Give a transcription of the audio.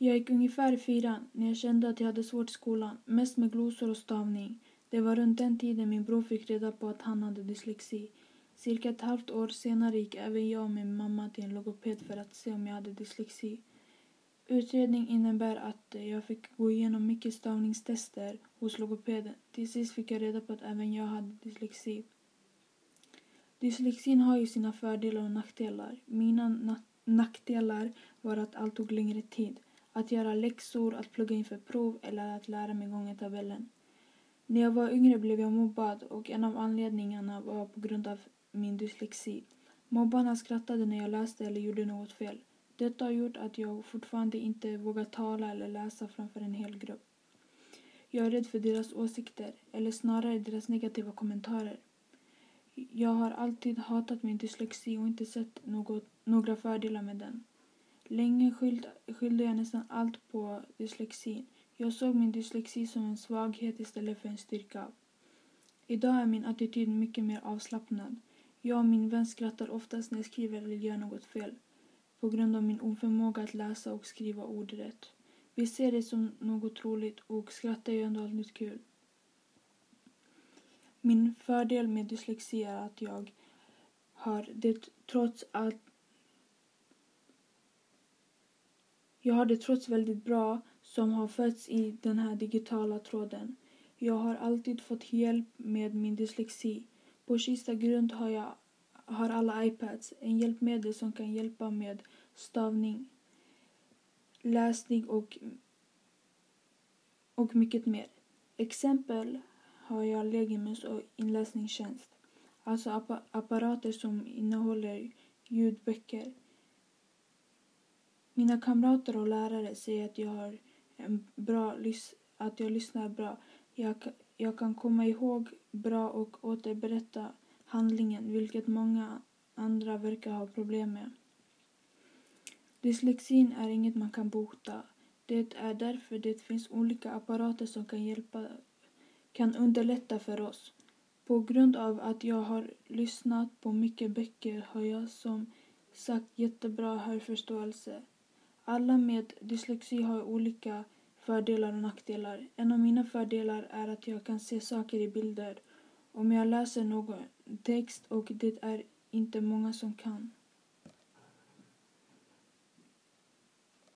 Jag gick ungefär i 4 när jag kände att jag hade svårt i skolan, mest med glosor och stavning. Det var runt den tiden min bror fick reda på att han hade dyslexi. Cirka ett halvt år senare gick även jag och min mamma till en logoped för att se om jag hade dyslexi. Utredning innebär att jag fick gå igenom mycket stavningstester hos logopeden. Till sist fick jag reda på att även jag hade dyslexi. Dyslexin har ju sina fördelar och nackdelar. Mina nackdelar var att allt tog längre tid. Att göra läxor, att plugga inför prov eller att lära mig gångertabellen. När jag var yngre blev jag mobbad och en av anledningarna var på grund av min dyslexi. Mobbarna skrattade när jag läste eller gjorde något fel. Detta har gjort att jag fortfarande inte vågar tala eller läsa framför en hel grupp. Jag är rädd för deras åsikter, eller snarare deras negativa kommentarer. Jag har alltid hatat min dyslexi och inte sett några fördelar med den. Länge skyllde jag nästan allt på dyslexin. Jag såg min dyslexi som en svaghet istället för en styrka. Idag är min attityd mycket mer avslappnad. Jag och min vän skrattar oftast när jag skriver eller gör något fel, på grund av min oförmåga att läsa och skriva ord rätt. Vi ser det som något roligt och skrattar ju ändå alltid kul. Min fördel med dyslexi är att jag har det trots väldigt bra som har fötts i den här digitala tråden. Jag har alltid fått hjälp med min dyslexi. På Kista grund har alla iPads, en hjälpmedel som kan hjälpa med stavning, läsning och mycket mer. Exempel har jag Legimus och inläsningstjänst, alltså apparater som innehåller ljudböcker. Mina kamrater och lärare säger att jag lyssnar bra. Jag kan komma ihåg bra och återberätta handlingen, vilket många andra verkar ha problem med. Dyslexin är inget man kan bota. Det är därför det finns olika apparater som kan underlätta för oss. På grund av att jag har lyssnat på mycket böcker har jag som sagt jättebra hörförståelse. Alla med dyslexi har olika fördelar och nackdelar. En av mina fördelar är att jag kan se saker i bilder om jag läser någon text, och det är inte många som kan.